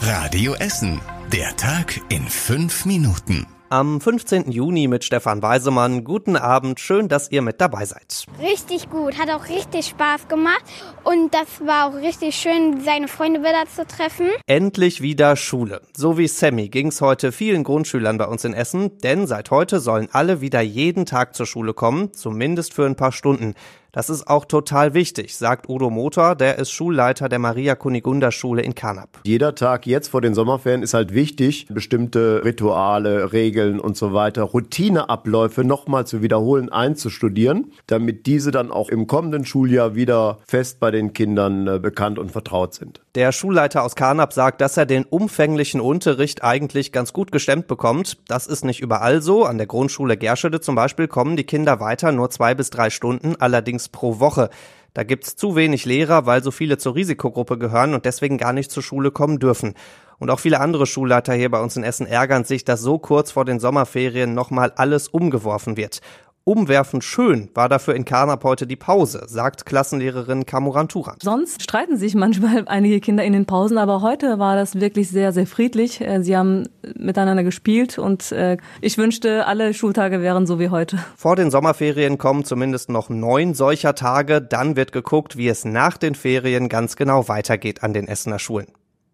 Radio Essen. Der Tag in 5 Minuten. Am 15. Juni mit Stefan Weisemann. Guten Abend, schön, dass ihr mit dabei seid. Richtig gut, hat auch richtig Spaß gemacht und das war auch richtig schön, seine Freunde wieder zu treffen. Endlich wieder Schule. So wie Sammy ging's heute vielen Grundschülern bei uns in Essen, denn seit heute sollen alle wieder jeden Tag zur Schule kommen, zumindest für ein paar Stunden. Das ist auch total wichtig, sagt Udo Motor, der ist Schulleiter der Maria-Kunigunda-Schule in Carnap. Jeder Tag jetzt vor den Sommerferien ist halt wichtig, bestimmte Rituale, Regeln und so weiter, Routineabläufe nochmal zu wiederholen, einzustudieren, damit diese dann auch im kommenden Schuljahr wieder fest bei den Kindern bekannt und vertraut sind. Der Schulleiter aus Carnap sagt, dass er den umfänglichen Unterricht eigentlich ganz gut gestemmt bekommt. Das ist nicht überall so. An der Grundschule Gerschede zum Beispiel kommen die Kinder weiter nur 2 bis 3 Stunden, allerdings pro Woche. Da gibt's zu wenig Lehrer, weil so viele zur Risikogruppe gehören und deswegen gar nicht zur Schule kommen dürfen. Und auch viele andere Schulleiter hier bei uns in Essen ärgern sich, dass so kurz vor den Sommerferien nochmal alles umgeworfen wird. Umwerfend schön war dafür in Carnap heute die Pause, sagt Klassenlehrerin Kamuran Turan. Sonst streiten sich manchmal einige Kinder in den Pausen, aber heute war das wirklich sehr, sehr friedlich. Sie haben miteinander gespielt und ich wünschte, alle Schultage wären so wie heute. Vor den Sommerferien kommen zumindest noch 9 solcher Tage. Dann wird geguckt, wie es nach den Ferien ganz genau weitergeht an den Essener Schulen.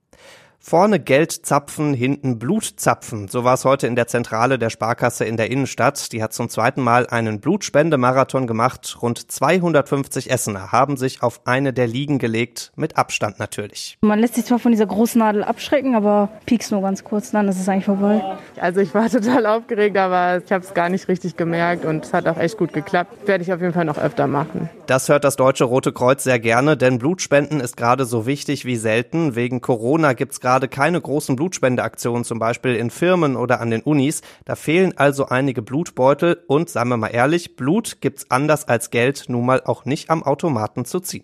Vorne Geld zapfen, hinten Blut zapfen. So war es heute in der Zentrale der Sparkasse in der Innenstadt. Die hat zum 2. Mal einen Blutspendemarathon gemacht. Rund 250 Essener haben sich auf eine der Liegen gelegt, mit Abstand natürlich. Man lässt sich zwar von dieser großen Nadel abschrecken, aber piekst nur ganz kurz, dann ist es eigentlich vorbei. Also ich war total aufgeregt, aber ich habe es gar nicht richtig gemerkt und es hat auch echt gut geklappt. Werde ich auf jeden Fall noch öfter machen. Das hört das Deutsche Rote Kreuz sehr gerne, denn Blutspenden ist gerade so wichtig wie selten. Wegen Corona gibt's gerade keine großen Blutspendeaktionen, zum Beispiel in Firmen oder an den Unis. Da fehlen also einige Blutbeutel und, seien wir mal ehrlich, Blut gibt's anders als Geld nun mal auch nicht am Automaten zu ziehen.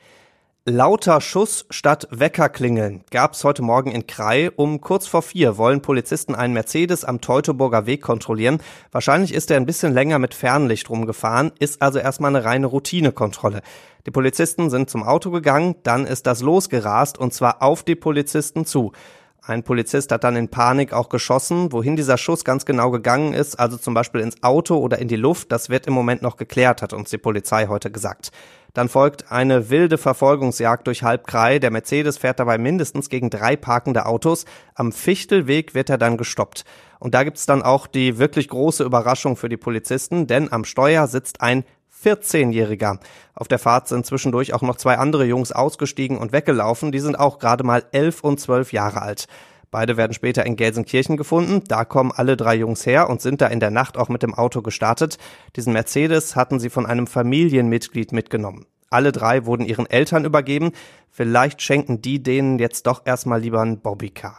Lauter Schuss statt Weckerklingeln gab's heute Morgen in Krai. Um kurz vor 4 wollen Polizisten einen Mercedes am Teutoburger Weg kontrollieren. Wahrscheinlich ist er ein bisschen länger mit Fernlicht rumgefahren, ist also erstmal eine reine Routinekontrolle. Die Polizisten sind zum Auto gegangen, dann ist das losgerast und zwar auf die Polizisten zu. Ein Polizist hat dann in Panik auch geschossen. Wohin dieser Schuss ganz genau gegangen ist, also zum Beispiel ins Auto oder in die Luft, das wird im Moment noch geklärt, hat uns die Polizei heute gesagt. Dann folgt eine wilde Verfolgungsjagd durch halb Krai. Der Mercedes fährt dabei mindestens gegen 3 parkende Autos. Am Fichtelweg wird er dann gestoppt. Und da gibt's dann auch die wirklich große Überraschung für die Polizisten, denn am Steuer sitzt ein 14-Jähriger. Auf der Fahrt sind zwischendurch auch noch 2 andere Jungs ausgestiegen und weggelaufen. Die sind auch gerade mal 11 und 12 Jahre alt. Beide werden später in Gelsenkirchen gefunden. Da kommen alle 3 Jungs her und sind da in der Nacht auch mit dem Auto gestartet. Diesen Mercedes hatten sie von einem Familienmitglied mitgenommen. Alle 3 wurden ihren Eltern übergeben. Vielleicht schenken die denen jetzt doch erstmal lieber einen Bobbycar.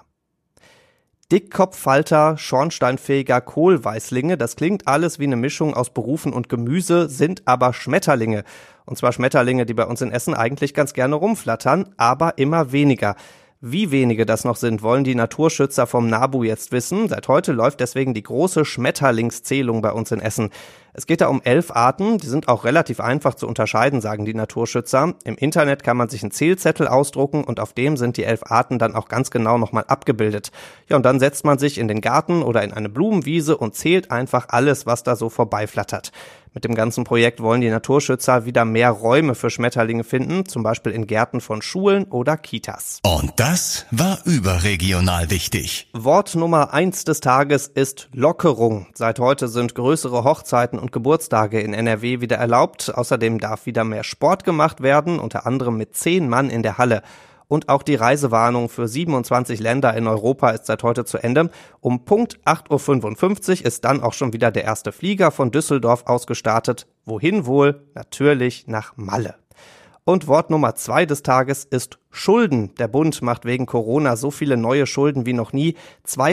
Dickkopffalter, schornsteinfähiger Kohlweißlinge, das klingt alles wie eine Mischung aus Berufen und Gemüse, sind aber Schmetterlinge. Und zwar Schmetterlinge, die bei uns in Essen eigentlich ganz gerne rumflattern, aber immer weniger. Wie wenige das noch sind, wollen die Naturschützer vom NABU jetzt wissen. Seit heute läuft deswegen die große Schmetterlingszählung bei uns in Essen. Es geht da um 11 Arten, die sind auch relativ einfach zu unterscheiden, sagen die Naturschützer. Im Internet kann man sich einen Zählzettel ausdrucken und auf dem sind die 11 Arten dann auch ganz genau nochmal abgebildet. Ja, und dann setzt man sich in den Garten oder in eine Blumenwiese und zählt einfach alles, was da so vorbeiflattert. Mit dem ganzen Projekt wollen die Naturschützer wieder mehr Räume für Schmetterlinge finden, zum Beispiel in Gärten von Schulen oder Kitas. Und das war überregional wichtig. Wort Nummer 1 des Tages ist Lockerung. Seit heute sind größere Hochzeiten und Geburtstage in NRW wieder erlaubt. Außerdem darf wieder mehr Sport gemacht werden, unter anderem mit 10 Mann in der Halle. Und auch die Reisewarnung für 27 Länder in Europa ist seit heute zu Ende. Um Punkt 8.55 Uhr ist dann auch schon wieder der erste Flieger von Düsseldorf ausgestartet. Wohin wohl? Natürlich nach Malle. Und Wort Nummer 2 des Tages ist Schulden. Der Bund macht wegen Corona so viele neue Schulden wie noch nie.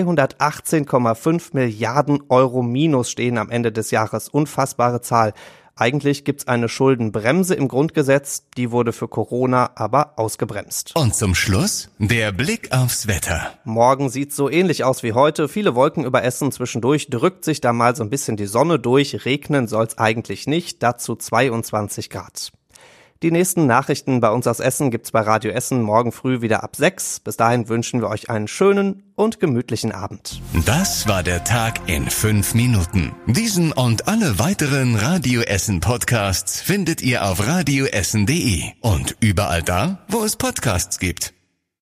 218,5 Milliarden Euro Minus stehen am Ende des Jahres. Unfassbare Zahl. Eigentlich gibt's eine Schuldenbremse im Grundgesetz, die wurde für Corona aber ausgebremst. Und zum Schluss der Blick aufs Wetter. Morgen sieht's so ähnlich aus wie heute. Viele Wolken über Essen, zwischendurch drückt sich da mal so ein bisschen die Sonne durch. Regnen soll's eigentlich nicht, dazu 22 Grad. Die nächsten Nachrichten bei uns aus Essen gibt's bei Radio Essen morgen früh wieder ab 6. Bis dahin wünschen wir euch einen schönen und gemütlichen Abend. Das war der Tag in 5 Minuten. Diesen und alle weiteren Radio Essen Podcasts findet ihr auf radioessen.de und überall da, wo es Podcasts gibt.